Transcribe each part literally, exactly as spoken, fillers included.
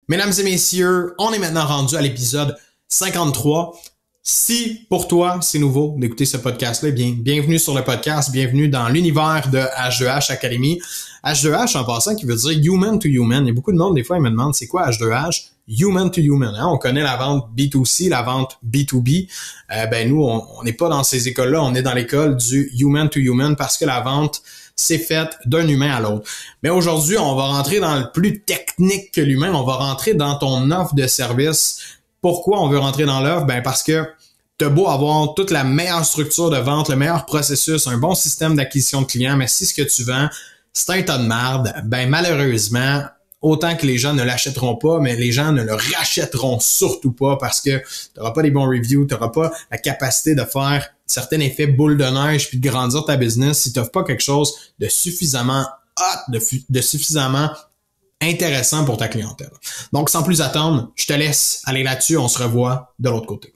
Mesdames et messieurs, on est maintenant rendu à l'épisode cinquante-trois. Si pour toi c'est nouveau d'écouter ce podcast-là, bien, bienvenue sur le podcast, bienvenue dans l'univers de H deux H Academy. H deux H en passant qui veut dire Human to Human. Il y a beaucoup de monde, des fois, ils me demandent c'est quoi H deux H? Human to Human. Hein? On connaît la vente B deux C, la vente B deux B. Euh, ben nous, on n'est pas dans ces écoles-là, on est dans l'école du Human to Human parce que la vente c'est fait d'un humain à l'autre. Mais aujourd'hui, on va rentrer dans le plus technique que l'humain. On va rentrer dans ton offre de service. Pourquoi on veut rentrer dans l'offre? Ben parce que t'as beau avoir toute la meilleure structure de vente, le meilleur processus, un bon système d'acquisition de clients, mais si ce que tu vends, c'est un tas de marde, ben malheureusement, autant que les gens ne l'achèteront pas, mais les gens ne le rachèteront surtout pas parce que tu n'auras pas des bons reviews, tu n'auras pas la capacité de faire certains effets boule de neige puis de grandir ta business si tu n'offres pas quelque chose de suffisamment hot, de, de suffisamment intéressant pour ta clientèle. Donc, sans plus attendre, je te laisse aller là-dessus. On se revoit de l'autre côté.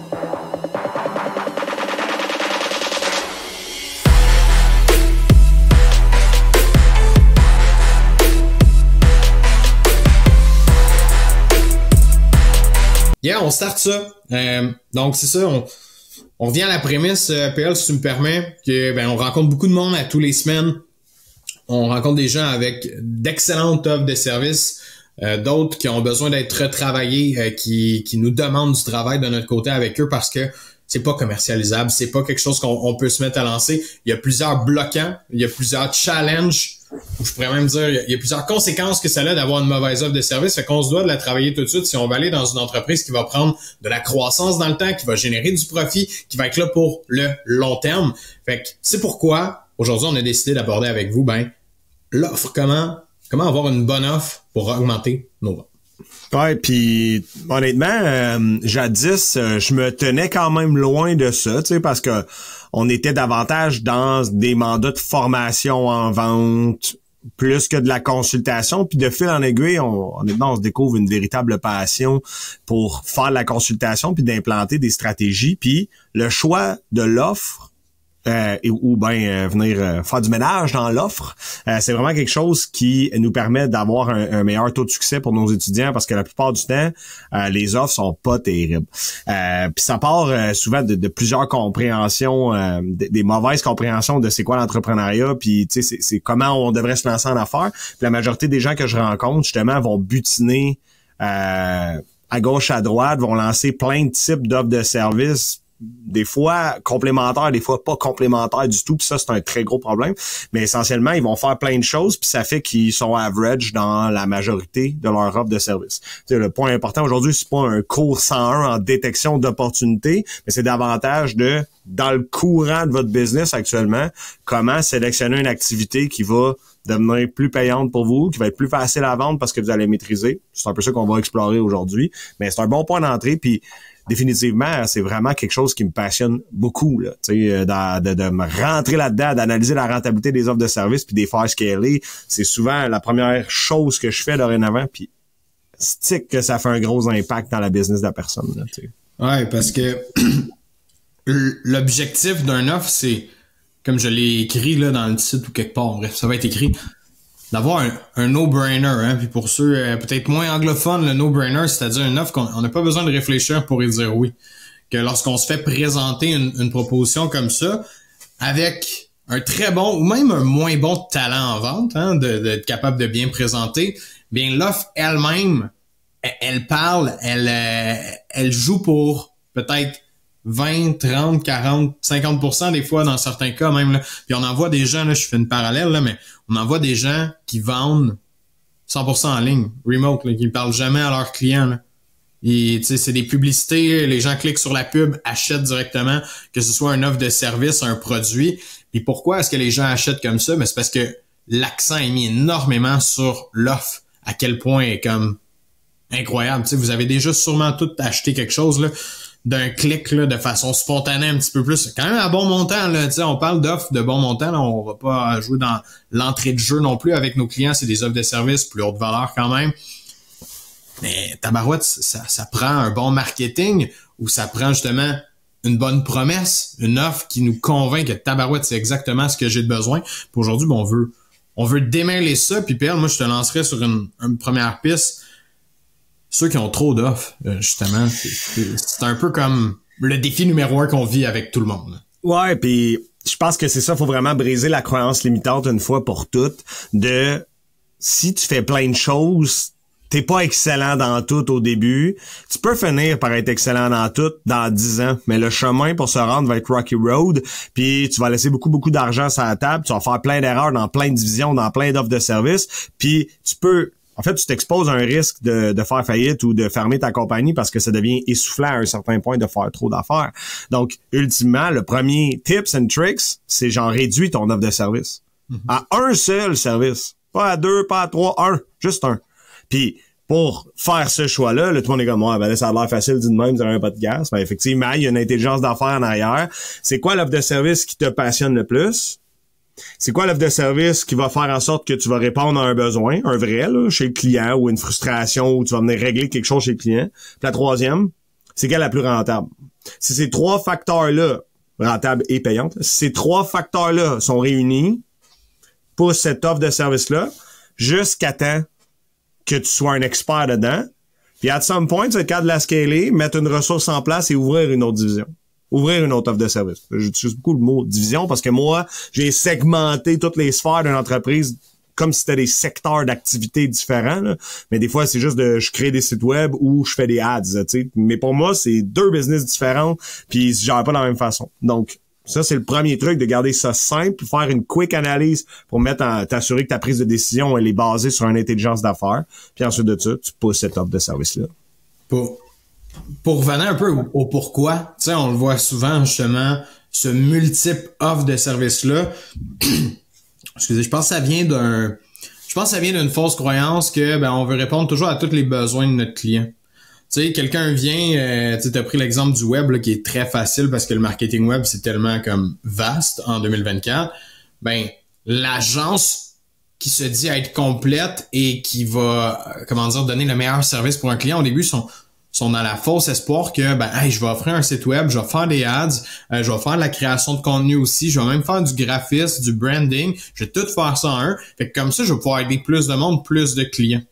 Yeah, on start ça. Euh, donc, c'est ça, on, on revient à la prémisse, euh, P L, si tu me permets, que ben on rencontre beaucoup de monde à tous les semaines. On rencontre des gens avec d'excellentes offres de services, euh, d'autres qui ont besoin d'être retravaillés, euh, qui, qui nous demandent du travail de notre côté avec eux parce que c'est pas commercialisable, c'est pas quelque chose qu'on on peut se mettre à lancer. Il y a plusieurs bloquants, il y a plusieurs challenges, ou je pourrais même dire, il y a plusieurs conséquences que ça a d'avoir une mauvaise offre de service. Fait qu'on se doit de la travailler tout de suite si on va aller dans une entreprise qui va prendre de la croissance dans le temps, qui va générer du profit, qui va être là pour le long terme. Fait que c'est pourquoi, aujourd'hui, on a décidé d'aborder avec vous, ben, l'offre, comment, comment avoir une bonne offre pour augmenter nos ventes. Ouais, puis honnêtement, euh, jadis, euh, je me tenais quand même loin de ça, tu sais, parce que on était davantage dans des mandats de formation en vente, plus que de la consultation. Puis de fil en aiguille, on, honnêtement, on se découvre une véritable passion pour faire de la consultation puis d'implanter des stratégies. Puis le choix de l'offre, Euh, et, ou bien euh, venir euh, faire du ménage dans l'offre. Euh, c'est vraiment quelque chose qui nous permet d'avoir un, un meilleur taux de succès pour nos étudiants parce que la plupart du temps, euh, les offres sont pas terribles. Euh, Puis ça part euh, souvent de, de plusieurs compréhensions, euh, de, des mauvaises compréhensions de c'est quoi l'entrepreneuriat, puis tu sais, c'est, c'est comment on devrait se lancer en affaires. Puis la majorité des gens que je rencontre, justement, vont butiner euh, à gauche, à droite, vont lancer plein de types d'offres de services, des fois complémentaires, des fois pas complémentaires du tout, puis ça, c'est un très gros problème. Mais essentiellement, ils vont faire plein de choses, puis ça fait qu'ils sont average dans la majorité de leur offre de service. T'sais, le point important aujourd'hui, c'est pas un cours cent un en détection d'opportunités, mais c'est davantage de, dans le courant de votre business actuellement, comment sélectionner une activité qui va devenir plus payante pour vous, qui va être plus facile à vendre parce que vous allez maîtriser. C'est un peu ça qu'on va explorer aujourd'hui, mais c'est un bon point d'entrée, puis définitivement, c'est vraiment quelque chose qui me passionne beaucoup, là, tu sais, de, de, de me rentrer là-dedans, d'analyser la rentabilité des offres de services puis des faire scaler. C'est souvent la première chose que je fais dorénavant, puis stick que ça fait un gros impact dans la business de la personne, là, tu sais. Ouais, parce que l'objectif d'un offre, c'est, comme je l'ai écrit là dans le site ou quelque part, bref, ça va être écrit, d'avoir un, un no-brainer, hein. Puis pour ceux euh, peut-être moins anglophones, le no-brainer, c'est-à-dire une offre qu'on n'a pas besoin de réfléchir pour y dire oui. Que lorsqu'on se fait présenter une, une proposition comme ça, avec un très bon ou même un moins bon talent en vente, hein, de, d'être capable de bien présenter, bien l'offre elle-même, elle, elle parle, elle, euh, elle joue pour peut-être vingt, trente, quarante, cinquante pour cent des fois dans certains cas même. Là. Puis on en voit des gens, là, je fais une parallèle, là, mais on en voit des gens qui vendent cent pour cent en ligne, remote, là, qui ne parlent jamais à leurs clients. Là. Et, c'est des publicités, les gens cliquent sur la pub, achètent directement, que ce soit une offre de service, un produit. Et pourquoi est-ce que les gens achètent comme ça? Ben, c'est parce que l'accent est mis énormément sur l'offre, à quel point est comme incroyable. T'sais, vous avez déjà sûrement tout acheté quelque chose là, d'un clic là, de façon spontanée un petit peu plus. C'est quand même à bon montant. Là, on parle d'offres de bon montant. Là, on va pas jouer dans l'entrée de jeu non plus avec nos clients. C'est des offres de service plus haute valeur quand même. Mais tabarouette, ça, ça prend un bon marketing ou ça prend justement une bonne promesse, une offre qui nous convainc que tabarouette, c'est exactement ce que j'ai de besoin. Puis aujourd'hui, ben, on veut on veut démêler ça. Puis Pierre, moi, je te lancerai sur une, une première piste. ceux qui ont trop d'offres, euh, justement, c'est, c'est, c'est un peu comme le défi numéro un qu'on vit avec tout le monde. Ouais, puis je pense que c'est ça, faut vraiment briser la croyance limitante une fois pour toutes de si tu fais plein de choses, t'es pas excellent dans tout au début. Tu peux finir par être excellent dans tout dans dix ans, mais le chemin pour se rendre va être rocky road, puis tu vas laisser beaucoup, beaucoup d'argent sur la table, tu vas faire plein d'erreurs dans plein de divisions, dans plein d'offres de services, puis tu peux... En fait, tu t'exposes à un risque de, de faire faillite ou de fermer ta compagnie parce que ça devient essoufflant à un certain point de faire trop d'affaires. Donc, ultimement, le premier tips and tricks, c'est genre réduis ton offre de service. Mm-hmm. À un seul service. Pas à deux, pas à trois, un. Juste un. Puis, pour faire ce choix-là, là, tout le monde est comme, ouais, ben là, ça a l'air facile, dit de même, vous avez un pas de gaz. Ben, effectivement, il y a une intelligence d'affaires en arrière. C'est quoi l'offre de service qui te passionne le plus? C'est quoi l'offre de service qui va faire en sorte que tu vas répondre à un besoin, un vrai, là, chez le client, ou une frustration, ou tu vas venir régler quelque chose chez le client. Puis la troisième, c'est quelle est la plus rentable? Si ces trois facteurs-là, rentable et payante, si ces trois facteurs-là sont réunis pour cette offre de service-là, jusqu'à temps que tu sois un expert dedans, puis à some point, tu vas être capable de la scaler, mettre une ressource en place et ouvrir une autre division. Ouvrir une autre offre de service. J'utilise beaucoup le mot division parce que moi, j'ai segmenté toutes les sphères d'une entreprise comme si c'était des secteurs d'activité différents. Là. Mais des fois, c'est juste de je crée des sites web ou je fais des ads. T'sais. Mais pour moi, c'est deux business différents puis ils se gèrent pas de la même façon. Donc, ça, c'est le premier truc, de garder ça simple, faire une quick analyse pour mettre en, t'assurer que ta prise de décision, elle est basée sur une intelligence d'affaires. Puis ensuite de ça, tu pousses cette offre de service-là. Pour, pour revenir un peu au, au pourquoi, tu sais, on le voit souvent, justement, ce multiple offre de service-là. Excusez, je pense que ça vient d'un, je pense que ça vient d'une fausse croyance que, ben, on veut répondre toujours à tous les besoins de notre client. Tu sais, quelqu'un vient, euh, tu sais, t'as pris l'exemple du web, là, qui est très facile parce que le marketing web, c'est tellement comme vaste en deux mille vingt-quatre. Ben, l'agence qui se dit être complète et qui va, euh, comment dire, donner le meilleur service pour un client, au début, sont, sont dans la fausse espoir que, ben, hey, je vais offrir un site web, je vais faire des ads, euh, je vais faire de la création de contenu aussi, je vais même faire du graphisme, du branding, je vais tout faire ça en un. Fait que comme ça, je vais pouvoir aider plus de monde, plus de clients.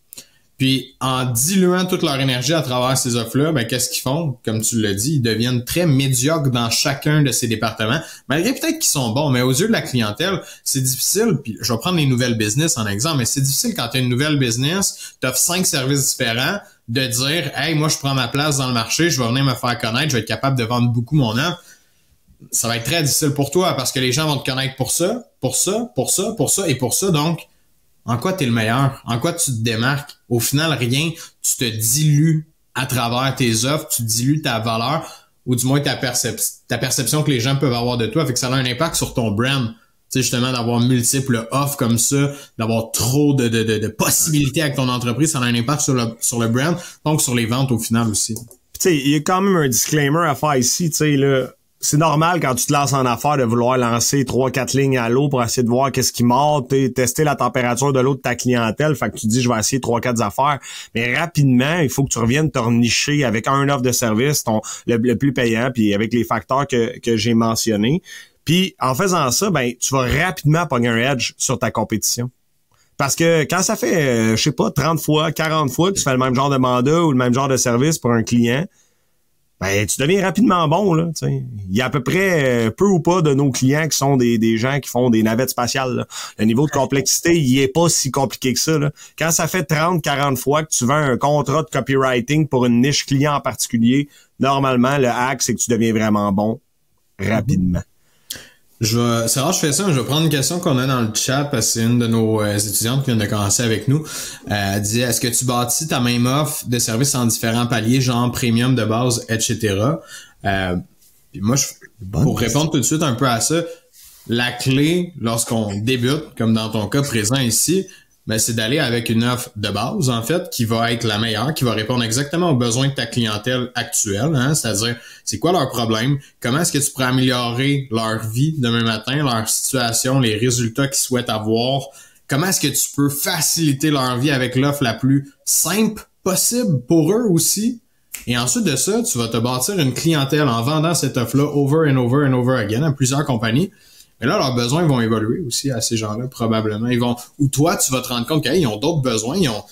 Puis, en diluant toute leur énergie à travers ces offres-là, ben, qu'est-ce qu'ils font? Comme tu l'as dit, ils deviennent très médiocres dans chacun de ces départements. Malgré peut-être qu'ils sont bons, mais aux yeux de la clientèle, c'est difficile. Puis, je vais prendre les nouvelles business en exemple, mais c'est difficile quand tu as une nouvelle business, tu offres cinq services différents, de dire, hey, moi, je prends ma place dans le marché, je vais venir me faire connaître, je vais être capable de vendre beaucoup mon offre. Ça va être très difficile pour toi parce que les gens vont te connaître pour ça, pour ça, pour ça, pour ça et pour ça. Donc, en quoi t'es le meilleur? En quoi tu te démarques? Au final, rien. Tu te dilues à travers tes offres, tu dilues ta valeur, ou du moins ta, percep- ta perception que les gens peuvent avoir de toi. Fait que ça a un impact sur ton brand. Tu sais, justement, d'avoir multiples offres comme ça, d'avoir trop de, de, de, de possibilités avec ton entreprise, ça a un impact sur le, sur le brand, donc sur les ventes au final aussi. Tu sais, il y a quand même un disclaimer à faire ici, tu sais, là. C'est normal quand tu te lances en affaires de vouloir lancer trois, quatre lignes à l'eau pour essayer de voir qu'est-ce qui mord, tester la température de l'eau de ta clientèle. Fait que tu dis, je vais essayer trois, quatre affaires. Mais rapidement, il faut que tu reviennes te nicher avec un offre de service, ton, le, le plus payant, puis avec les facteurs que, que j'ai mentionnés. Puis, en faisant ça, ben, tu vas rapidement pogner un edge sur ta compétition. Parce que quand ça fait, euh, je sais pas, trente fois, quarante fois que tu fais le même genre de mandat ou le même genre de service pour un client, ben, tu deviens rapidement bon, là, tu sais. Il y a à peu près euh, peu ou pas de nos clients qui sont des, des gens qui font des navettes spatiales, là. Le niveau de complexité, il est pas si compliqué que ça, là. Quand ça fait trente, quarante fois que tu vends un contrat de copywriting pour une niche client en particulier, normalement, le hack, c'est que tu deviens vraiment bon rapidement. Je vais, c'est rare que je fais ça, mais je vais prendre une question qu'on a dans le chat parce que c'est une de nos euh, étudiantes qui vient de commencer avec nous. Euh, elle dit, est-ce que tu bâtis ta même offre de services en différents paliers, genre premium de base, et cetera. Euh, puis moi, je, pour répondre tout de suite un peu à ça, la clé lorsqu'on débute, comme dans ton cas présent ici, ben, c'est d'aller avec une offre de base, en fait, qui va être la meilleure, qui va répondre exactement aux besoins de ta clientèle actuelle, hein, c'est-à-dire, c'est quoi leur problème, comment est-ce que tu pourrais améliorer leur vie demain matin, leur situation, les résultats qu'ils souhaitent avoir, comment est-ce que tu peux faciliter leur vie avec l'offre la plus simple possible pour eux aussi, et ensuite de ça, tu vas te bâtir une clientèle en vendant cette offre-là over and over and over again à plusieurs compagnies. Mais là, leurs besoins vont évoluer aussi à ces gens-là, probablement. Ils vont, ou toi, tu vas te rendre compte qu'ils ont d'autres besoins. Ils ont,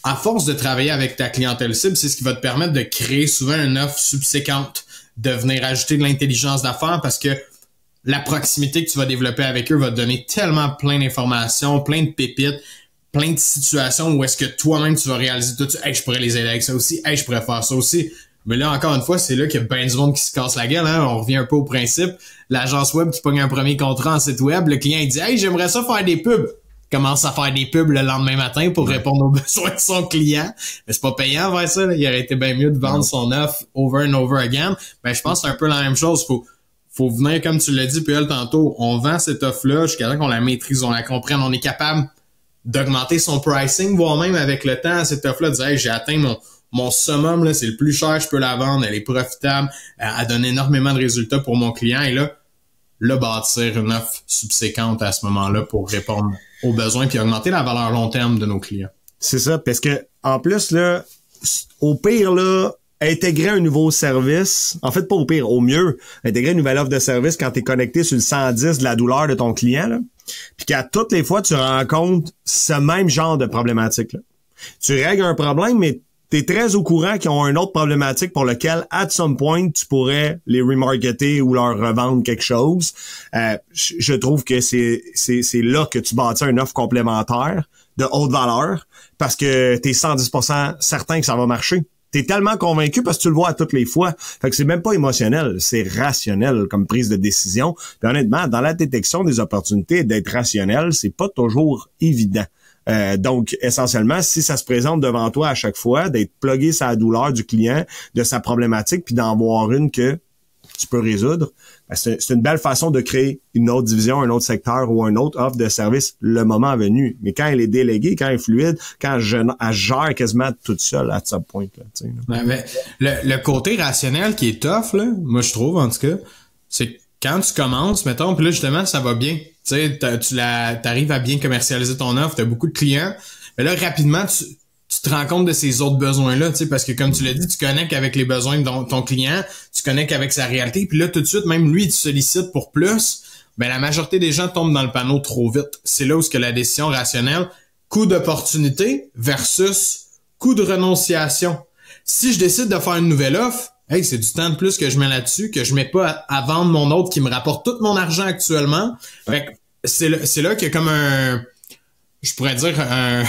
à force de travailler avec ta clientèle cible, c'est ce qui va te permettre de créer souvent une offre subséquente, de venir ajouter de l'intelligence d'affaires parce que la proximité que tu vas développer avec eux va te donner tellement plein d'informations, plein de pépites, plein de situations où est-ce que toi-même tu vas réaliser tout ça. Hey, je pourrais les aider avec ça aussi. Hey, je pourrais faire ça aussi. Mais là, encore une fois, c'est là qu'il y a bien du monde qui se casse la gueule. Hein? On revient un peu au principe. L'agence web qui pogne un premier contrat en site web, le client il dit « Hey, j'aimerais ça faire des pubs. » Commence à faire des pubs le lendemain matin pour répondre aux besoins de son client. Mais c'est pas payant vers ça. Là. Il aurait été bien mieux de vendre son offre over and over again. Ben, je pense que c'est un peu la même chose. Faut faut venir, comme tu l'as dit, P L, tantôt, on vend cette offre-là jusqu'à temps qu'on la maîtrise, on la comprenne, on est capable d'augmenter son pricing, voire même avec le temps, cette offre-là, de dire hey, j'ai atteint mon, mon summum, là, c'est le plus cher, je peux la vendre, elle est profitable, elle, elle donne énormément de résultats pour mon client, et là, là, bâtir une offre subséquente à ce moment-là pour répondre aux besoins puis augmenter la valeur long terme de nos clients. C'est ça, parce que en plus, là, au pire, là, intégrer un nouveau service, en fait pas au pire, au mieux, intégrer une nouvelle offre de service quand tu es connecté sur le cent dix de la douleur de ton client, là, puis qu'à toutes les fois tu rencontres ce même genre de problématique là. Tu règles un problème, mais tu es très au courant qu'ils ont une autre problématique pour laquelle, at some point, tu pourrais les remarketer ou leur revendre quelque chose. Euh, je trouve que c'est, c'est, c'est là que tu bâtis une offre complémentaire de haute valeur parce que tu es cent dix pour cent certain que ça va marcher. T'es tellement convaincu parce que tu le vois à toutes les fois. Fait que c'est même pas émotionnel, c'est rationnel comme prise de décision. Puis honnêtement, dans la détection des opportunités, d'être rationnel, c'est pas toujours évident. Euh, donc, essentiellement, si ça se présente devant toi à chaque fois, d'être plugué sur la douleur du client, de sa problématique, puis d'en voir une que tu peux résoudre, ben c'est, c'est une belle façon de créer une autre division, un autre secteur ou une autre offre de service le moment venu. Mais quand elle est déléguée, quand elle est fluide, quand je, elle gère quasiment toute seule à ce point là, tu sais. Ouais, mais le, le côté rationnel qui est tough, là, moi je trouve en tout cas, c'est quand tu commences, mettons, puis là justement ça va bien. Tu sais, tu la, t'arrives à bien commercialiser ton offre, t'as beaucoup de clients, mais là rapidement tu tu te rends compte de ces autres besoins-là, tu sais, parce que comme tu l'as dit, tu connectes avec les besoins de ton, ton client, tu connectes avec sa réalité, puis là, tout de suite, même lui, il te sollicite pour plus, ben la majorité des gens tombent dans le panneau trop vite. C'est là où ce que la décision rationnelle, coût d'opportunité versus coût de renonciation. Si je décide de faire une nouvelle offre, hey, c'est du temps de plus que je mets là-dessus, que je mets pas à, à vendre mon autre qui me rapporte tout mon argent actuellement. Fait que c'est là, c'est là qu'il y a comme un, je pourrais dire un...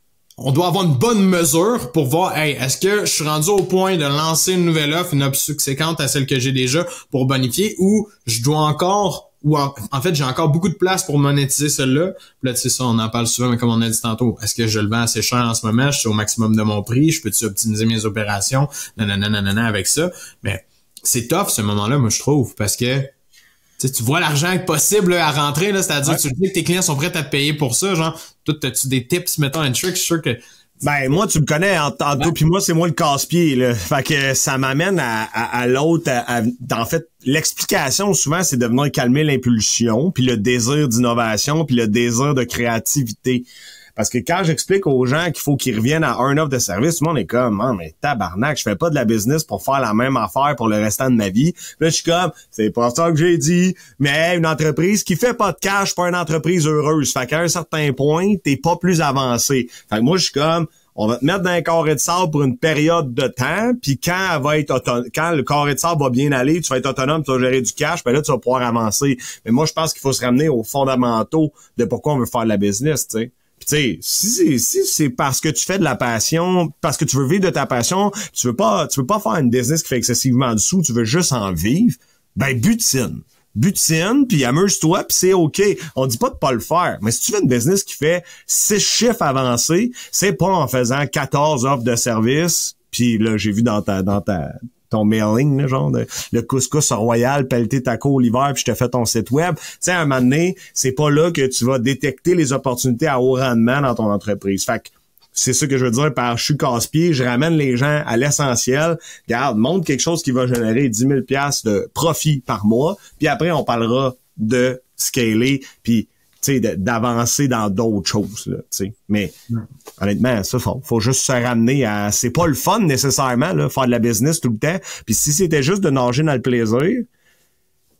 On doit avoir une bonne mesure pour voir, hey, est-ce que je suis rendu au point de lancer une nouvelle offre, une offre subséquente à celle que j'ai déjà pour bonifier, ou je dois encore, ou en, en fait, j'ai encore beaucoup de place pour monétiser celle-là. Puis là, tu sais ça, on en parle souvent, mais comme on a dit tantôt, est-ce que je le vends assez cher en ce moment? Je suis au maximum de mon prix? Je peux-tu optimiser mes opérations? Nanana, nanana, avec ça. Mais c'est tough, ce moment-là, moi, je trouve, parce que tu tu vois l'argent être possible là, à rentrer, là, c'est-à-dire ouais. Tu dis que tes clients sont prêts à te payer pour ça, genre, toi, as-tu des tips, mettons, un trick, je suis sûr que... Ben, moi, tu me connais, en, en ouais. Toi puis moi, c'est moi le casse-pied, là. Fait que ça m'amène à, à, à l'autre, à, à, en fait, l'explication, souvent, c'est de venir calmer l'impulsion, puis le désir d'innovation, puis le désir de créativité. Parce que quand j'explique aux gens qu'il faut qu'ils reviennent à un offre de service, tout le monde est comme, ah, mais tabarnak, je fais pas de la business pour faire la même affaire pour le restant de ma vie. Puis là, je suis comme, c'est pas ça que j'ai dit, mais une entreprise qui fait pas de cash, pas une entreprise heureuse. Fait qu'à un certain point, t'es pas plus avancé. Fait que moi, je suis comme, on va te mettre dans un carré de sable pour une période de temps, puis quand elle va être auto- quand le carré de sable va bien aller, tu vas être autonome, tu vas gérer du cash, puis là, tu vas pouvoir avancer. Mais moi, je pense qu'il faut se ramener aux fondamentaux de pourquoi on veut faire de la business, tu sais. Puis tu sais, si c'est si c'est parce que tu fais de la passion, parce que tu veux vivre de ta passion, tu veux pas tu veux pas faire une business qui fait excessivement de sous, tu veux juste en vivre, ben butine. Butine, puis amuse-toi, puis c'est OK. On dit pas de pas le faire, mais si tu fais une business qui fait six chiffres avancés, c'est pas en faisant quatorze offres de service, puis là, j'ai vu dans ta dans ta ton mailing, là, genre, de, le couscous royal, pelleté taco l'hiver, puis je te fais ton site web. Tu sais, à un moment donné, c'est pas là que tu vas détecter les opportunités à haut rendement dans ton entreprise. Fait que c'est ça que je veux dire par je suis casse-pied, je ramène les gens à l'essentiel. Regarde, montre quelque chose qui va générer dix mille dollars de profit par mois, puis après, on parlera de scaler, puis tu sais, d'avancer dans d'autres choses, là, tu sais. Mais, mm. honnêtement, ça, faut, faut juste se ramener à, c'est pas le fun, nécessairement, là, faire de la business tout le temps. Puis si c'était juste de nager dans le plaisir,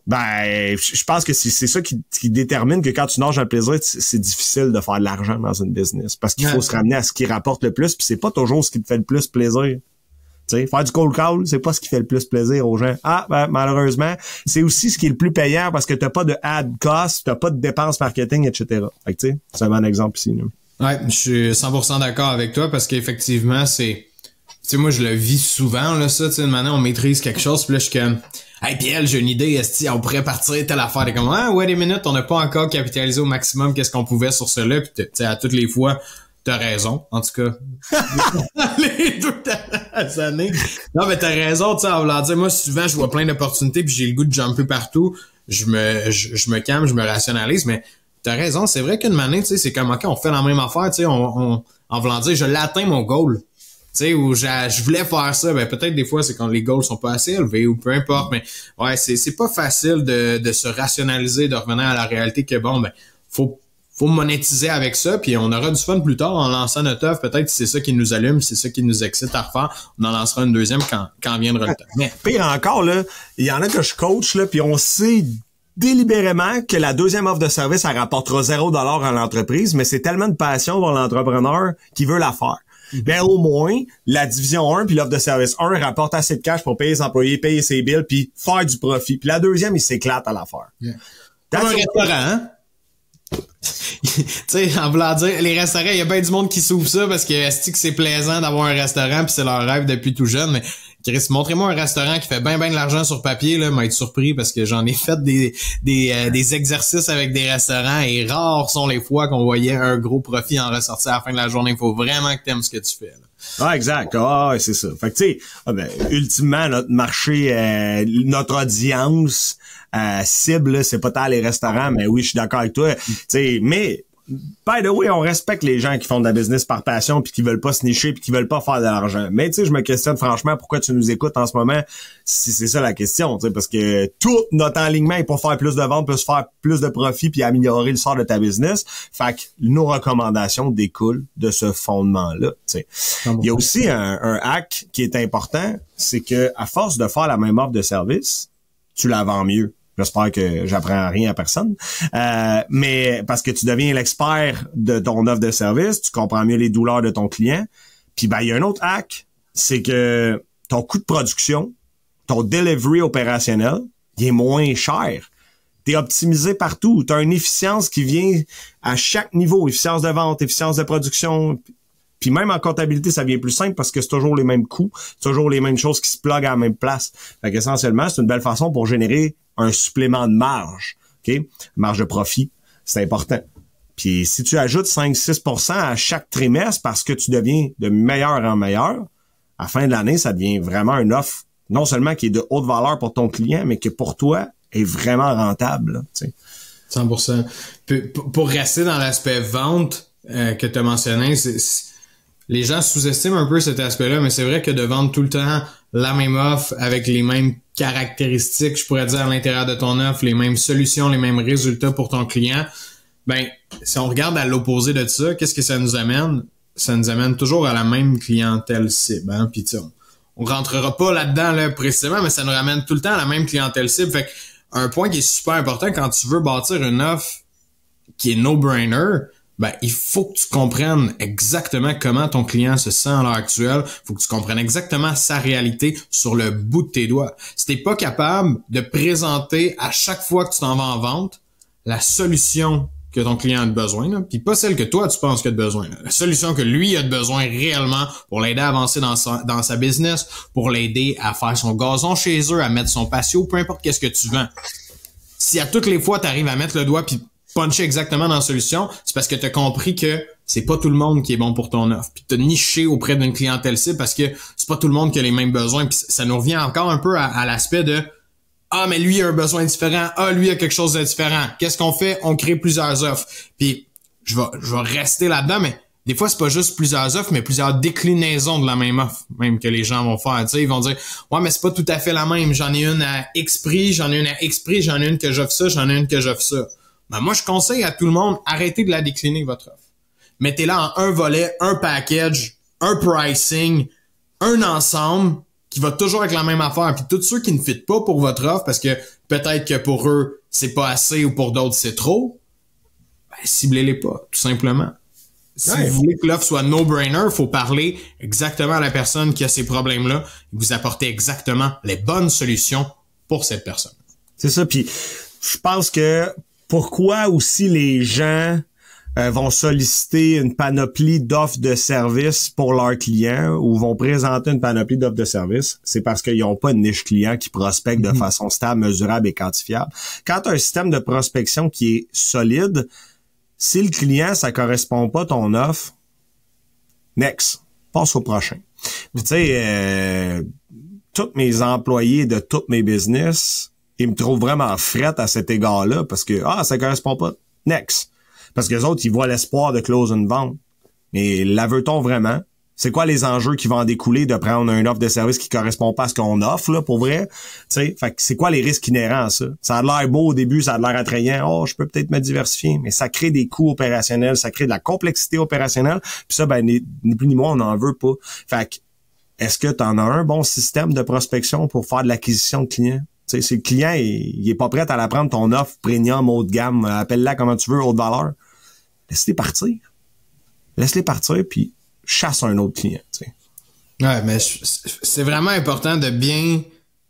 Ben, je pense que c'est, c'est ça qui, qui détermine que quand tu nages dans le plaisir, c'est difficile de faire de l'argent dans une business. Parce qu'il faut ouais. se ramener à ce qui rapporte le plus, puis c'est pas toujours ce qui te fait le plus plaisir. Tu sais, faire du cold call, c'est pas ce qui fait le plus plaisir aux gens. Ah, ben, malheureusement, c'est aussi ce qui est le plus payant parce que t'as pas de ad cost, t'as pas de dépenses marketing, et cetera. Fait que tu sais, c'est un bon exemple ici. Là. Ouais, je suis cent pour cent d'accord avec toi parce qu'effectivement, c'est... Tu sais, moi, je le vis souvent, là, ça, tu sais, maintenant, on maîtrise quelque chose, puis là, je suis comme... Hey, Pierre, j'ai une idée, est-ce on pourrait partir telle affaire? T'es comme, ah, ouais, des minutes, on n'a pas encore capitalisé au maximum qu'est-ce qu'on pouvait sur cela, puis tu sais, à toutes les fois, t'as raison, en tout cas. Les deux dernières années. Non, mais t'as raison, tu sais, en voulant dire, moi, souvent, je vois plein d'opportunités, puis j'ai le goût de jumper partout, je me, je, je me calme, je me rationalise, mais t'as raison, c'est vrai qu'une manée, tu sais, c'est comme, OK, on fait la même affaire, tu sais, on, on, en voulant dire, je l'atteins mon goal. Tu sais, où je voulais faire ça, ben peut-être des fois c'est quand les goals sont pas assez élevés ou peu importe, mais ouais, c'est c'est pas facile de de se rationaliser, de revenir à la réalité que bon, ben faut faut monétiser avec ça, puis on aura du fun plus tard en lançant notre offre, peut-être c'est ça qui nous allume, c'est ça qui nous excite à refaire, on en lancera une deuxième quand quand viendra le temps. Mais pire encore là, il y en a que je coach là, puis on sait délibérément que la deuxième offre de service elle rapportera zéro dollar à l'entreprise, mais c'est tellement de passion pour l'entrepreneur qui veut la faire. Ben au moins, la division un puis l'offre de service un rapporte assez de cash pour payer les employés, payer ses bills puis faire du profit. Puis la deuxième, il s'éclate à l'affaire. Yeah. Comme un restaurant, hein? Tu sais, en voulant dire, les restaurants, il y a bien du monde qui s'ouvre ça parce que est-ce que c'est plaisant d'avoir un restaurant puis c'est leur rêve depuis tout jeune, mais Chris, montrez-moi un restaurant qui fait bien ben de l'argent sur papier, là, m'a être surpris parce que j'en ai fait des des euh, des exercices avec des restaurants et rares sont les fois qu'on voyait un gros profit en ressortir à la fin de la journée. Il faut vraiment que t'aimes ce que tu fais. Là. Ah, exact. Ah, c'est ça. Fait que tu sais, ah ben, ultimement, notre marché, euh, notre audience euh, cible, là, c'est pas tant les restaurants, mais oui, je suis d'accord avec toi. Tu sais, mais by the way, on respecte les gens qui font de la business par passion puis qui veulent pas se nicher puis qui veulent pas faire de l'argent. Mais tu sais, je me questionne franchement pourquoi tu nous écoutes en ce moment si c'est ça la question, tu sais, parce que tout notre enlignement est pour faire plus de ventes, plus faire plus de profit puis améliorer le sort de ta business. Fait que nos recommandations découlent de ce fondement-là, tu sais. Il y a aussi un, un hack qui est important, c'est que à force de faire la même offre de service, tu la vends mieux. J'espère que j'apprends rien à personne. Euh, mais parce que tu deviens l'expert de ton offre de service, tu comprends mieux les douleurs de ton client. Puis ben il y a un autre hack, c'est que ton coût de production, ton delivery opérationnel, il est moins cher. T'es optimisé partout. T'as une efficience qui vient à chaque niveau. Efficience de vente, efficience de production. Puis même en comptabilité, ça vient plus simple parce que c'est toujours les mêmes coûts, c'est toujours les mêmes choses qui se pluguent à la même place. Fait qu'essentiellement, c'est une belle façon pour générer un supplément de marge, OK? Marge de profit, c'est important. Puis si tu ajoutes cinq à six pour cent à chaque trimestre parce que tu deviens de meilleur en meilleur, à la fin de l'année, ça devient vraiment une offre, non seulement qui est de haute valeur pour ton client, mais qui pour toi est vraiment rentable. Tu sais. cent pour cent. Pour rester dans l'aspect vente euh, que tu as mentionné, c'est, c'est, les gens sous-estiment un peu cet aspect-là, mais c'est vrai que de vendre tout le temps la même offre avec les mêmes caractéristiques, je pourrais dire, à l'intérieur de ton offre, les mêmes solutions, les mêmes résultats pour ton client, ben, si on regarde à l'opposé de ça, qu'est-ce que ça nous amène? Ça nous amène toujours à la même clientèle cible, hein? Puis tu sais, on, on rentrera pas là-dedans, là, précisément, mais ça nous ramène tout le temps à la même clientèle cible. Fait que, un point qui est super important quand tu veux bâtir une offre qui est no-brainer, ben, il faut que tu comprennes exactement comment ton client se sent à l'heure actuelle. Il faut que tu comprennes exactement sa réalité sur le bout de tes doigts. Si t'es pas capable de présenter à chaque fois que tu t'en vas en vente la solution que ton client a besoin, là, puis pas celle que toi tu penses qu'il a besoin, là. La solution que lui a besoin réellement pour l'aider à avancer dans sa, dans sa business, pour l'aider à faire son gazon chez eux, à mettre son patio, peu importe qu'est-ce que tu vends. Si à toutes les fois tu arrives à mettre le doigt puis puncher exactement dans la solution, c'est parce que tu as compris que c'est pas tout le monde qui est bon pour ton offre. Puis tu as niché auprès d'une clientèle cible parce que c'est pas tout le monde qui a les mêmes besoins. Puis ça nous revient encore un peu à, à l'aspect de « Ah, mais lui a un besoin différent. Ah, lui a quelque chose de différent. » Qu'est-ce qu'on fait? On crée plusieurs offres. Puis je vais, je vais rester là-dedans, mais des fois, c'est pas juste plusieurs offres, mais plusieurs déclinaisons de la même offre, même que les gens vont faire. Tu sais, ils vont dire « Ouais, mais c'est pas tout à fait la même. J'en ai une à X prix, j'en ai une à X prix, j'en ai une que j'offre ça, j'en ai une que j'offre ça. » Ben moi, je conseille à tout le monde, arrêtez de la décliner, votre offre. Mettez-la en un volet, un package, un pricing, un ensemble qui va toujours avec la même affaire. Puis tous ceux qui ne fit pas pour votre offre, parce que peut-être que pour eux, c'est pas assez ou pour d'autres, c'est trop, ben, ciblez-les pas, tout simplement. Si ouais. vous voulez que l'offre soit no-brainer, il faut parler exactement à la personne qui a ces problèmes-là et vous apporter exactement les bonnes solutions pour cette personne. C'est ça, puis je pense que pourquoi aussi les gens euh, vont solliciter une panoplie d'offres de services pour leurs clients ou vont présenter une panoplie d'offres de services, c'est parce qu'ils n'ont pas une niche client qui prospecte mm-hmm. de façon stable, mesurable et quantifiable. Quand tu as un système de prospection qui est solide, si le client, ça correspond pas à ton offre, next, passe au prochain. Puis tu sais, euh, tous mes employés de tous mes business, ils me trouvent vraiment frette à cet égard-là parce que, ah, ça correspond pas, next. Parce que les autres, ils voient l'espoir de close une vente. Mais la veut-on vraiment? C'est quoi les enjeux qui vont en découler de prendre une offre de service qui correspond pas à ce qu'on offre, là, pour vrai? Tu sais, fait que c'est quoi les risques inhérents à ça? Ça a l'air beau au début, ça a l'air attrayant. Oh, je peux peut-être me diversifier. Mais ça crée des coûts opérationnels, ça crée de la complexité opérationnelle. Puis ça, ben, ni, ni plus ni moins, on n'en veut pas. Fait que, est-ce que tu en as un bon système de prospection pour faire de l'acquisition de clients? Tu sais, si le client, il, il est pas prêt à la prendre ton offre premium, haut de gamme, appelle-la comment tu veux, haute valeur, laisse-les partir. Laisse-les partir, puis chasse un autre client, tu sais. Ouais, mais c'est vraiment important de bien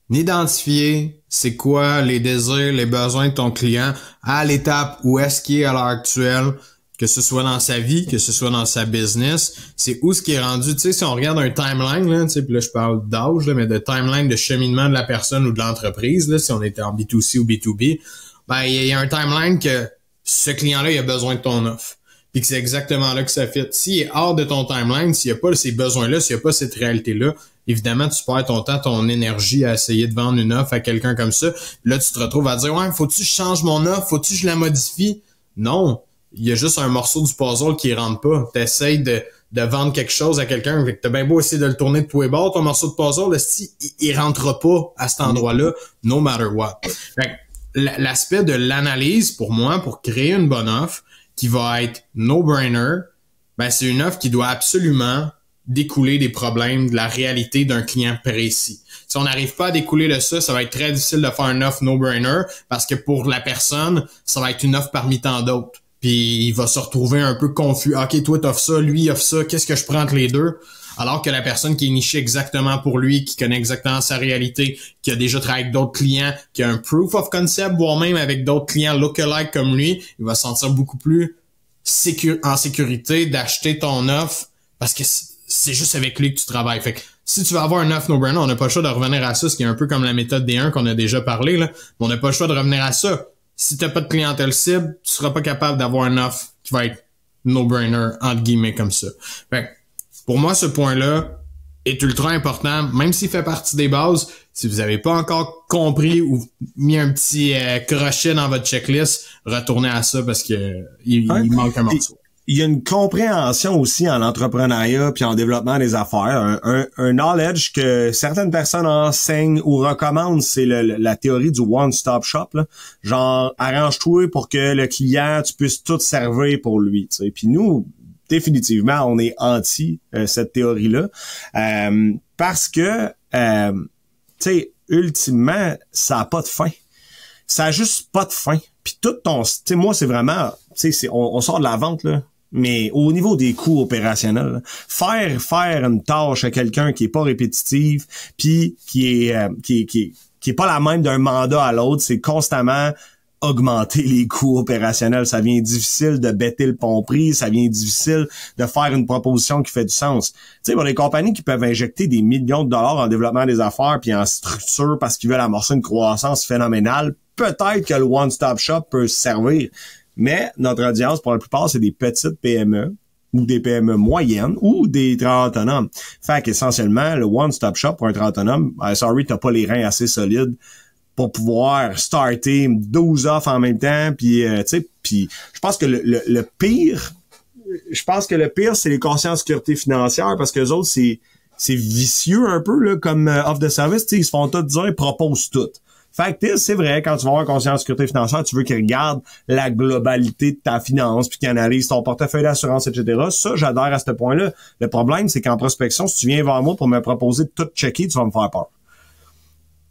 identifier c'est quoi les désirs, les besoins de ton client à l'étape où est-ce qu'il est à l'heure actuelle, que ce soit dans sa vie, que ce soit dans sa business, c'est où ce qui est rendu, tu sais, si on regarde un timeline, là, tu sais, puis là, je parle d'âge, là, mais de timeline de cheminement de la personne ou de l'entreprise, là, si on était en B deux C ou B deux B, ben, il y a un timeline que ce client-là, il a besoin de ton offre. Puis que c'est exactement là que ça fit. S'il est hors de ton timeline, s'il n'y a pas ces besoins-là, s'il n'y a pas cette réalité-là, évidemment, tu perds ton temps, ton énergie à essayer de vendre une offre à quelqu'un comme ça. Puis là, tu te retrouves à dire, ouais, faut-tu que je change mon offre? Faut-tu que je la modifie? Non. Il y a juste un morceau du puzzle qui rentre pas. T'essayes de, de vendre quelque chose à quelqu'un, fait que t'as bien beau essayer de le tourner de tous les bords, ton morceau de puzzle, là, si, il, il rentrera pas à cet endroit-là, no matter what. Fait que l'aspect de l'analyse, pour moi, pour créer une bonne offre, qui va être no-brainer, ben c'est une offre qui doit absolument découler des problèmes de la réalité d'un client précis. Si on n'arrive pas à découler de ça, ça va être très difficile de faire une offre no-brainer parce que pour la personne, ça va être une offre parmi tant d'autres. Puis il va se retrouver un peu confus. OK, toi t'offres ça, lui il offre ça, qu'est-ce que je prends entre les deux? Alors que la personne qui est nichée exactement pour lui, qui connaît exactement sa réalité, qui a déjà travaillé avec d'autres clients, qui a un proof of concept, voire même avec d'autres clients lookalike comme lui, il va se sentir beaucoup plus sécu- en sécurité d'acheter ton offre parce que c'est juste avec lui que tu travailles. Fait que si tu veux avoir un offre no-brainer, on n'a pas le choix de revenir à ça, ce qui est un peu comme la méthode D un qu'on a déjà parlé, là. Mais on n'a pas le choix de revenir à ça. Si t'as pas de clientèle cible, tu seras pas capable d'avoir une offre qui va être no-brainer, entre guillemets, comme ça. Fait que, pour moi, ce point-là est ultra important, même s'il fait partie des bases. Si vous avez pas encore compris ou mis un petit euh, crochet dans votre checklist, retournez à ça parce que euh, il, ouais. il manque un morceau. Il y a une compréhension aussi en entrepreneuriat puis en développement des affaires, un, un, un knowledge que certaines personnes enseignent ou recommandent, c'est le, la théorie du one-stop shop, là. Genre, arrange-toi pour que le client, tu puisses tout servir pour lui, tu sais. Puis nous, définitivement, on est anti euh, cette théorie-là euh, parce que, euh, tu sais, ultimement, ça a pas de fin. Ça a juste pas de fin. Puis tout ton, tu sais, moi, c'est vraiment, tu sais, on, on sort de la vente, là. Mais au niveau des coûts opérationnels, là, faire faire une tâche à quelqu'un qui est pas répétitive, puis qui est, euh, qui est qui est qui est pas la même d'un mandat à l'autre, c'est constamment augmenter les coûts opérationnels. Ça devient difficile de bêter le bon prix, ça devient difficile de faire une proposition qui fait du sens. Tu sais, pour les compagnies qui peuvent injecter des millions de dollars en développement des affaires puis en structure parce qu'ils veulent amorcer une croissance phénoménale, peut-être que le one-stop shop peut se servir. Mais notre audience, pour la plupart, c'est des petites P M E ou des P M E moyennes ou des travailleurs autonomes. Fait qu'essentiellement, le one-stop shop pour un travailleur autonome, euh, sorry, t'as pas les reins assez solides pour pouvoir starter douze offres en même temps. Puis, euh, tu sais, puis je pense que le, le, le pire, je pense que le pire, c'est les conseillers en sécurité financière parce que les autres, c'est c'est vicieux un peu là comme euh, offre de service. Tu sais, ils se font tout dire, ils proposent tout. Fait que c'est vrai, quand tu vas avoir un conseiller en sécurité financière, tu veux qu'il regarde la globalité de ta finance, puis qu'il analyse ton portefeuille d'assurance, et cetera. Ça, j'adhère à ce point-là. Le problème, c'est qu'en prospection, si tu viens vers moi pour me proposer de tout checker, tu vas me faire peur.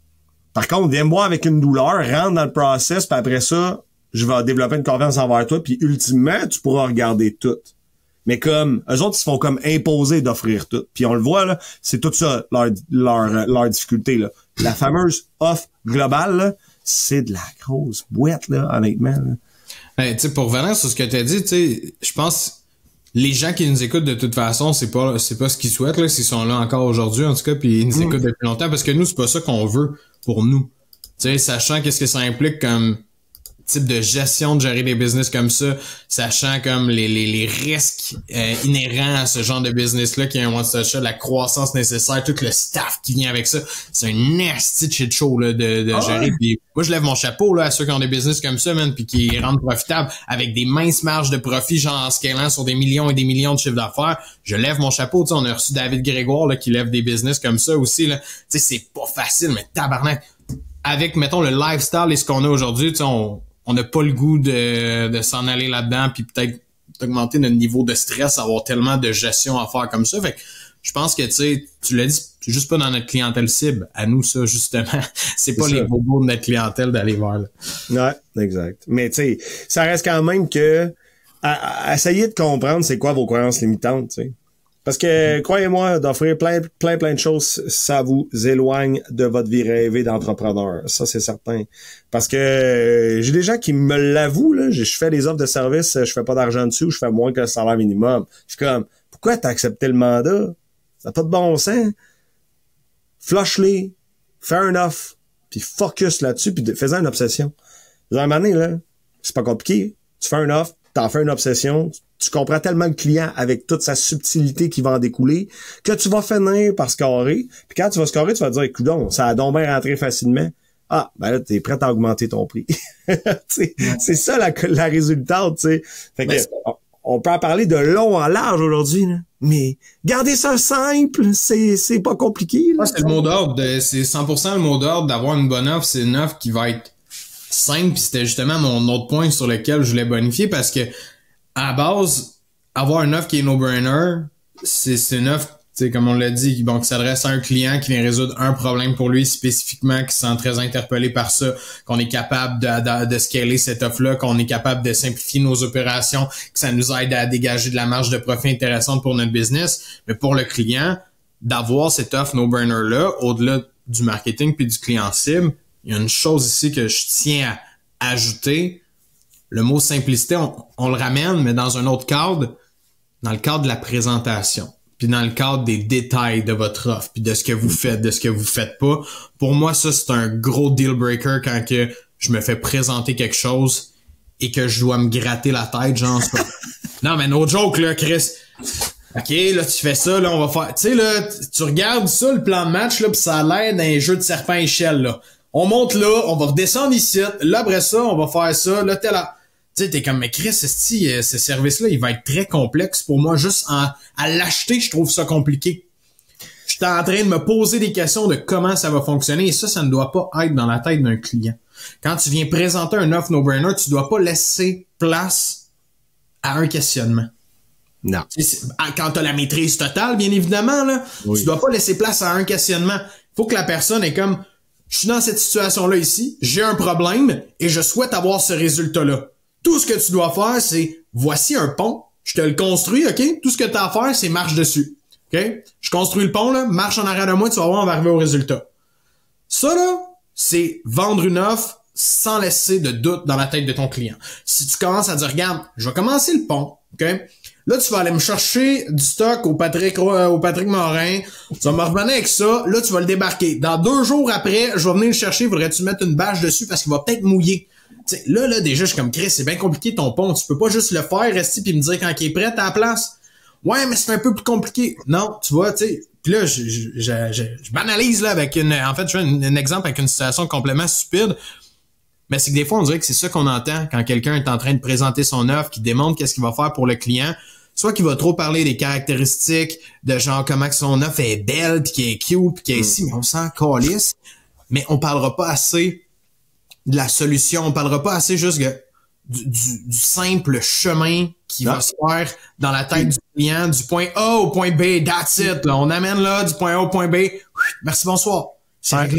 Par contre, viens me voir avec une douleur, rentre dans le process, puis après ça, je vais développer une confiance envers toi, puis ultimement, tu pourras regarder tout. Mais comme, eux autres, ils se font comme imposer d'offrir tout. Puis on le voit, là, c'est tout ça, leur, leur, leur difficulté, là. La fameuse offre globale, là, c'est de la grosse boîte, là, honnêtement, là. Ben, tu sais, pour revenir sur ce que tu as dit, tu sais, je pense les gens qui nous écoutent de toute façon, c'est pas c'est pas ce qu'ils souhaitent, là, s'ils sont là encore aujourd'hui, en tout cas, puis ils nous mmh. écoutent depuis longtemps, parce que nous, c'est pas ça qu'on veut pour nous. Tu sais, sachant qu'est-ce que ça implique comme type de gestion de gérer des business comme ça, sachant comme les les, les risques euh, inhérents à ce genre de business-là, qui est un one-stop shop, la croissance nécessaire, tout le staff qui vient avec ça, c'est un nasty shit show là, de, de ah gérer. Ouais. Puis moi, je lève mon chapeau là à ceux qui ont des business comme ça, man, puis qui rendent profitables avec des minces marges de profit, genre en scalant sur des millions et des millions de chiffres d'affaires. Je lève mon chapeau. Tu sais, on a reçu David Grégoire là, qui lève des business comme ça aussi. Là. Tu sais, c'est pas facile, mais tabarnak. Avec, mettons, le lifestyle et ce qu'on a aujourd'hui, tu sais, on on n'a pas le goût de, de s'en aller là-dedans, puis peut-être d'augmenter notre niveau de stress, avoir tellement de gestion à faire comme ça. Fait que je pense que, tu sais, tu l'as dit, c'est juste pas dans notre clientèle cible. À nous, ça, justement. c'est pas c'est les bobos de notre clientèle d'aller vers là. Ouais, exact. Mais, tu sais, ça reste quand même que à, à essayer de comprendre c'est quoi vos croyances limitantes, tu sais. Parce que, croyez-moi, d'offrir plein, plein, plein de choses, ça vous éloigne de votre vie rêvée d'entrepreneur. Ça, c'est certain. Parce que euh, j'ai des gens qui me l'avouent, là. Je fais des offres de service, je fais pas d'argent dessus, ou je fais moins que le salaire minimum. Je suis comme, pourquoi t'as accepté le mandat? Ça n'a pas de bon sens. Flush-les, fais un offre, puis focus là-dessus, puis fais-en une obsession. Dans un moment donné, là, c'est pas compliqué. Tu fais un offre, t'en fais une obsession, tu comprends tellement le client avec toute sa subtilité qui va en découler que tu vas finir par scorer. Puis quand tu vas scorer, tu vas te dire, écoute donc, ça a donc bien rentré facilement. Ah, ben là, t'es prêt à augmenter ton prix. c'est, ouais. c'est ça la, la résultante, tu sais. Fait que, on, on peut en parler de long en large aujourd'hui, là. Mais gardez ça simple, c'est, c'est pas compliqué. Là. Ah, c'est le mot d'ordre. De, c'est cent pour cent le mot d'ordre d'avoir une bonne offre. C'est une offre qui va être simple. Puis c'était justement mon autre point sur lequel je voulais bonifier parce que à la base, avoir une offre qui est no-brainer, c'est, c'est une offre, tu sais, comme on l'a dit, bon, qui s'adresse à un client qui vient résoudre un problème pour lui spécifiquement, qui se sent très interpellé par ça, qu'on est capable de, de, de scaler cette offre-là, qu'on est capable de simplifier nos opérations, que ça nous aide à dégager de la marge de profit intéressante pour notre business. Mais pour le client, d'avoir cette offre no-brainer-là, au-delà du marketing puis du client cible, il y a une chose ici que je tiens à ajouter. Le mot simplicité, on, on le ramène, mais dans un autre cadre, dans le cadre de la présentation, puis dans le cadre des détails de votre offre, puis de ce que vous faites, de ce que vous faites pas. Pour moi, ça, c'est un gros deal breaker quand que je me fais présenter quelque chose et que je dois me gratter la tête, genre, c'est pas... Non, mais no joke, là, Chris. OK, là, tu fais ça, là, on va faire... Tu sais, là, tu regardes ça, le plan de match, là, pis ça a l'air d'un jeu de serpent-échelle, là. On monte là, on va redescendre ici, là, après ça, on va faire ça, là, t'es là... Tu sais, t'es comme, mais Chris, esti, euh, ce service-là, il va être très complexe pour moi. Juste en, à l'acheter, je trouve ça compliqué. Je suis en train de me poser des questions de comment ça va fonctionner. Et ça, ça ne doit pas être dans la tête d'un client. Quand tu viens présenter un offre no-brainer, tu dois pas laisser place à un questionnement. Non. Quand tu as la maîtrise totale, bien évidemment, là, oui. Tu dois pas laisser place à un questionnement. Il faut que la personne est comme, je suis dans cette situation-là ici, j'ai un problème et je souhaite avoir ce résultat-là. Tout ce que tu dois faire, c'est, voici un pont, je te le construis, OK? Tout ce que tu as à faire, c'est marche dessus, OK? Je construis le pont, là, marche en arrière de moi, tu vas voir, on va arriver au résultat. Ça, là, c'est vendre une offre sans laisser de doute dans la tête de ton client. Si tu commences à dire, regarde, je vais commencer le pont, OK? Là, tu vas aller me chercher du stock au Patrick, au Patrick Morin, tu vas me revenir avec ça, là, tu vas le débarquer. Dans deux jours après, je vais venir le chercher, voudrais-tu mettre une bâche dessus parce qu'il va peut-être mouiller. T'sais, là, là, déjà, je suis comme Chris, c'est bien compliqué ton pont. Tu peux pas juste le faire, rester puis me dire quand il est prêt à la place. Ouais, mais c'est un peu plus compliqué. Non, tu vois, tu sais. Puis là, je, je, je, je, je banalise là avec une. En fait, je fais un, un exemple avec une situation complètement stupide. Mais c'est que des fois, on dirait que c'est ça qu'on entend quand quelqu'un est en train de présenter son offre, qui démontre qu'est-ce qu'il va faire pour le client. Soit qu'il va trop parler des caractéristiques, de genre comment que son offre est belle, puis qu'elle est cute, puis qu'elle est ici, mais on s'en calisse. Mais on parlera pas assez de la solution. On parlera pas assez juste que du, du, du simple chemin qui non. va se faire dans la tête du client, du point A au point B, that's it. Là. On amène là, du point A au point B. Merci, bonsoir. C'est réglé. Puis,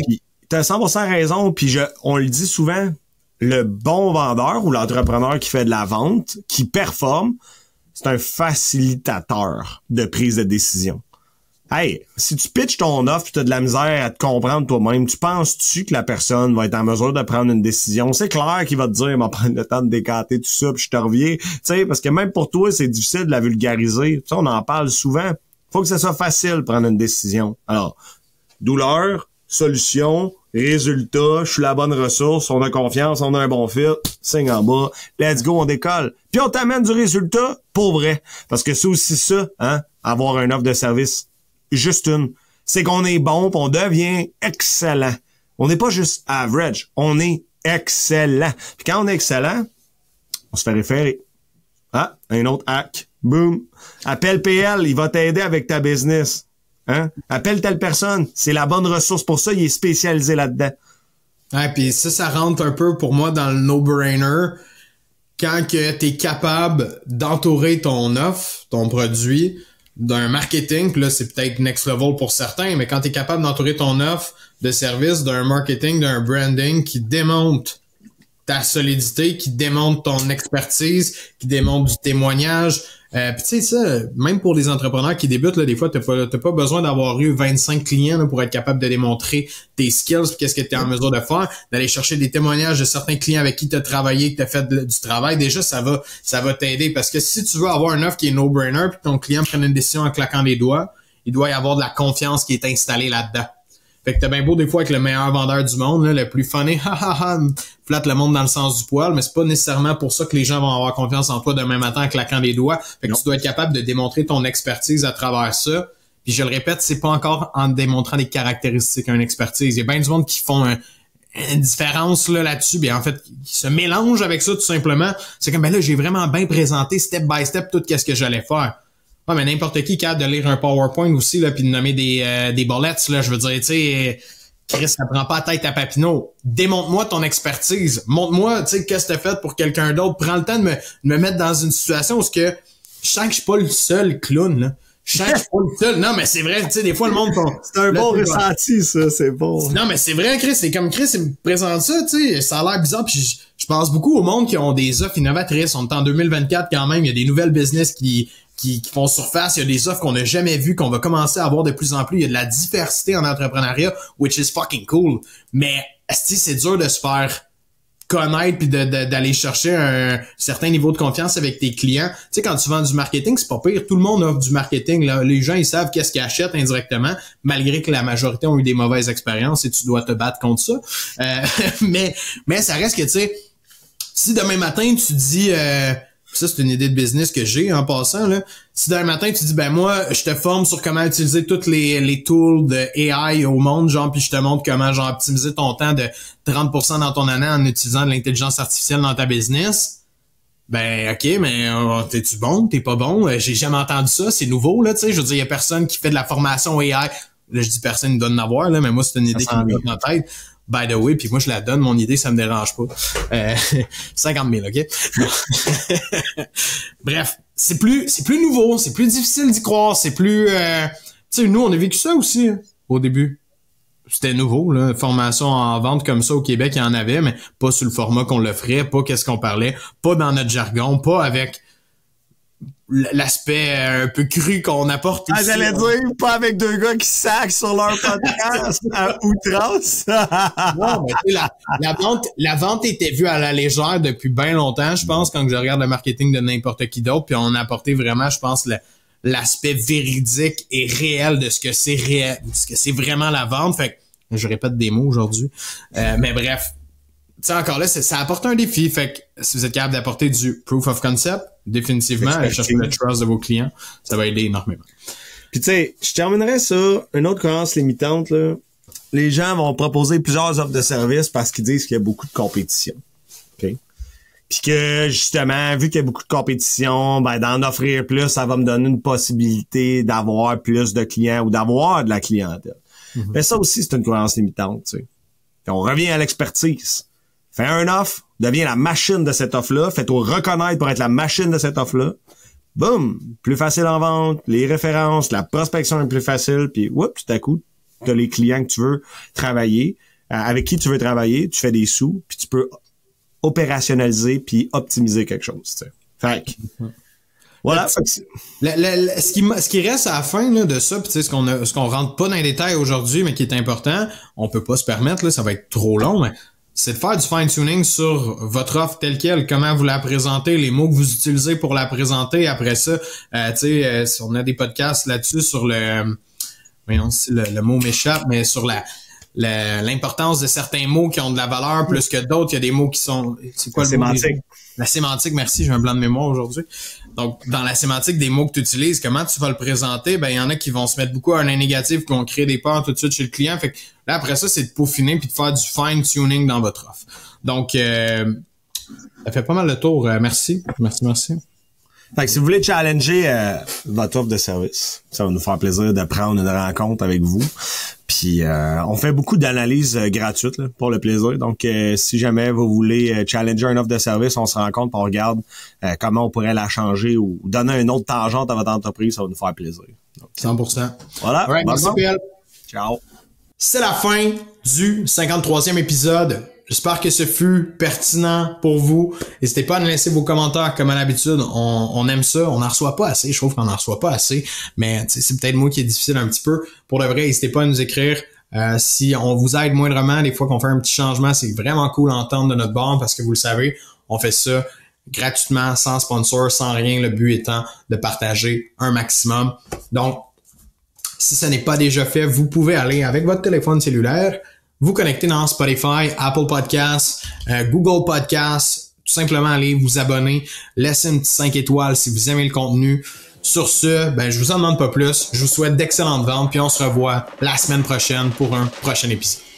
t'as cent pour cent raison, puis je, on le dit souvent, le bon vendeur ou l'entrepreneur qui fait de la vente, qui performe, c'est un facilitateur de prise de décision. Hey, si tu pitches ton offre et tu as de la misère à te comprendre toi-même, tu penses-tu que la personne va être en mesure de prendre une décision? C'est clair qu'il va te dire, il va prendre le temps de décanter tout ça, puis je te reviens. Tu sais, parce que même pour toi, c'est difficile de la vulgariser. Tu sais, on en parle souvent. Faut que ça soit facile de prendre une décision. Alors, douleur, solution, résultat, je suis la bonne ressource, on a confiance, on a un bon fit, signe en bas, let's go, on décolle. Puis on t'amène du résultat pour vrai. Parce que c'est aussi ça, hein, avoir une offre de service. Juste une. C'est qu'on est bon, pis on devient excellent. On n'est pas juste average, on est excellent. Puis quand on est excellent, on se fait référer. Ah, un autre hack. Boom. Appelle P L, il va t'aider avec ta business. Hein? Appelle telle personne, c'est la bonne ressource pour ça, il est spécialisé là-dedans. Ouais, puis ça, ça rentre un peu pour moi dans le no-brainer. Quand que t'es capable d'entourer ton offre, ton produit, d'un marketing, puis là, c'est peut-être next level pour certains, mais quand t'es capable d'entourer ton offre de service d'un marketing, d'un branding qui démontre ta solidité, qui démontre ton expertise, qui démontre du témoignage. Euh, puis tu sais ça, même pour les entrepreneurs qui débutent, là, des fois, t'as pas, t'as pas besoin d'avoir eu vingt-cinq clients là, pour être capable de démontrer tes skills, puis qu'est-ce que tu es en mesure de faire, d'aller chercher des témoignages de certains clients avec qui tu as travaillé, que tu as fait de, du travail. Déjà, ça va ça va t'aider parce que si tu veux avoir une offre qui est no-brainer, puis que ton client prenne une décision en claquant des doigts, il doit y avoir de la confiance qui est installée là-dedans. Fait que t'as bien beau des fois avec le meilleur vendeur du monde, là, le plus funny, ha ha ha, flatte le monde dans le sens du poil, mais c'est pas nécessairement pour ça que les gens vont avoir confiance en toi demain matin en claquant des doigts. Fait que non. Tu dois être capable de démontrer ton expertise à travers ça. Puis je le répète, c'est pas encore en démontrant des caractéristiques une expertise. Il y a bien du monde qui font un, une différence là, là-dessus, bien en fait, qui se mélangent avec ça tout simplement. C'est comme ben là, j'ai vraiment bien présenté step by step tout qu'est-ce que j'allais faire. Ouais, mais n'importe qui est capable de lire un PowerPoint aussi, là, puis de nommer des, euh, des bullets, là, je veux dire, tu sais, Chris, ça prend pas la tête à Papineau. Démontre-moi ton expertise. Montre-moi, tu sais, qu'est-ce que t'as fait pour quelqu'un d'autre. Prends le temps de me, de me mettre dans une situation où ce que je sens que je suis pas le seul clown, là. Je sens que je suis pas le seul. Non, mais c'est vrai, tu sais, des fois, le monde... C'est un là, bon ressenti, ça, c'est bon. Non, mais c'est vrai, Chris, c'est comme Chris, il me présente ça, tu sais, ça a l'air bizarre, puis je, je pense beaucoup au monde qui ont des offres innovatrices. On est en deux mille vingt-quatre quand même, il y a des nouvelles business qui... Qui, qui font surface, il y a des offres qu'on n'a jamais vues, qu'on va commencer à avoir de plus en plus, il y a de la diversité en entrepreneuriat, which is fucking cool. Mais esti, c'est dur de se faire connaître puis de, de, d'aller chercher un certain niveau de confiance avec tes clients. Tu sais, quand tu vends du marketing, c'est pas pire. Tout le monde offre du marketing. Là. Les gens, ils savent qu'est-ce qu'ils achètent indirectement, malgré que la majorité ont eu des mauvaises expériences et tu dois te battre contre ça. Euh, mais, mais ça reste que, tu sais, si demain matin, tu dis... Euh, ça, c'est une idée de business que j'ai en passant, là. Si demain matin, tu dis, ben moi, je te forme sur comment utiliser toutes les, les tools de A I au monde, genre, puis je te montre comment, genre, optimiser ton temps de trente pour cent dans ton année en utilisant de l'intelligence artificielle dans ta business. Ben, OK, mais euh, t'es-tu bon? T'es pas bon? Euh, j'ai jamais entendu ça. C'est nouveau, là, tu sais. Je veux dire, il y a personne qui fait de la formation A I. Là, je dis personne, il doit en avoir, là, mais moi, c'est une idée qui me vient dans la tête. By the way, puis moi, je la donne, mon idée, ça me dérange pas. Euh, cinquante mille, OK? Bref, c'est plus c'est plus nouveau, c'est plus difficile d'y croire, c'est plus... Euh, tu sais, nous, on a vécu ça aussi, hein, au début. C'était nouveau, là, formation en vente comme ça au Québec, il y en avait, mais pas sur le format qu'on l'offrait, pas qu'est-ce qu'on parlait, pas dans notre jargon, pas avec... l'aspect un peu cru qu'on apporte ah, ici. J'allais dire, pas avec deux gars qui sacent sur leur podcast à outrance. Non, mais tu sais, la, la vente, la vente était vue à la légère depuis bien longtemps, je pense, quand je regarde le marketing de n'importe qui d'autre, puis on a apporté vraiment, je pense, le, l'aspect véridique et réel de ce que c'est réel, de ce que c'est vraiment la vente. Fait que je répète des mots aujourd'hui. Euh, mais bref. Tu sais, encore là, ça apporte un défi. Fait que si vous êtes capable d'apporter du proof of concept, définitivement, aller chercher le trust de vos clients, ça va aider énormément. Puis tu sais, je terminerais ça, une autre croyance limitante, là. Les gens vont proposer plusieurs offres de services parce qu'ils disent qu'il y a beaucoup de compétition. OK? Puis que, justement, vu qu'il y a beaucoup de compétition, ben d'en offrir plus, ça va me donner une possibilité d'avoir plus de clients ou d'avoir de la clientèle. Mm-hmm. Mais ça aussi, c'est une croyance limitante, tu sais. Puis on revient à l'expertise. Fais un offre, deviens la machine de cette offre-là, fais-toi reconnaître pour être la machine de cette offre-là. Boum! Plus facile en vente, les références, la prospection est plus facile, puis whoop, tout à coup, t'as les clients que tu veux travailler. avec qui tu veux travailler, tu fais des sous, puis tu peux opérationnaliser puis optimiser quelque chose. Tu sais. Fait que, voilà. Le, le, le, ce, qui, ce qui reste à la fin là, de ça, puis tu sais, ce qu'on a, ce qu'on rentre pas dans les détails aujourd'hui, mais qui est important, on peut pas se permettre, là, ça va être trop long, mais c'est de faire du fine-tuning sur votre offre telle quelle, comment vous la présentez, les mots que vous utilisez pour la présenter. Après ça, euh, tu sais, euh, on a des podcasts là-dessus sur le, mais non, le, le mot m'échappe, mais sur la, la l'importance de certains mots qui ont de la valeur plus que d'autres. Il y a des mots qui sont, c'est quoi la le mot? Sémantique. La sémantique, merci, j'ai un blanc de mémoire aujourd'hui. Donc, dans la sémantique des mots que tu utilises, comment tu vas le présenter? Ben, il y en a qui vont se mettre beaucoup à un négatif, qui vont créer des peurs tout de suite chez le client. Fait que là, après ça, c'est de peaufiner puis de faire du fine-tuning dans votre offre. Donc, euh, ça fait pas mal le tour. Euh, merci. Merci, merci. Fait que si vous voulez challenger euh, votre offre de service, ça va nous faire plaisir de prendre une rencontre avec vous. Puis euh, on fait beaucoup d'analyses euh, gratuites là, pour le plaisir. Donc euh, si jamais vous voulez euh, challenger une offre de service, on se rencontre, puis on regarde euh, comment on pourrait la changer ou donner une autre tangente à votre entreprise, ça va nous faire plaisir. Donc, cent pour cent. Voilà. Right, merci, P L. Ciao. C'est la fin du cinquante-troisième épisode. J'espère que ce fut pertinent pour vous. N'hésitez pas à nous laisser vos commentaires comme à l'habitude. On, on aime ça. On n'en reçoit pas assez. Je trouve qu'on n'en reçoit pas assez. Mais c'est peut-être moi qui est difficile un petit peu. Pour de vrai, n'hésitez pas à nous écrire. Euh, si on vous aide moindrement, des fois qu'on fait un petit changement, c'est vraiment cool d'entendre de notre bord parce que vous le savez, on fait ça gratuitement, sans sponsor, sans rien. Le but étant de partager un maximum. Donc, si ce n'est pas déjà fait, vous pouvez aller avec votre téléphone cellulaire, vous connecter dans Spotify, Apple Podcasts, euh, Google Podcasts, tout simplement aller vous abonner, laisser une petite cinq étoiles si vous aimez le contenu. Sur ce, ben je vous en demande pas plus. Je vous souhaite d'excellentes ventes, puis on se revoit la semaine prochaine pour un prochain épisode.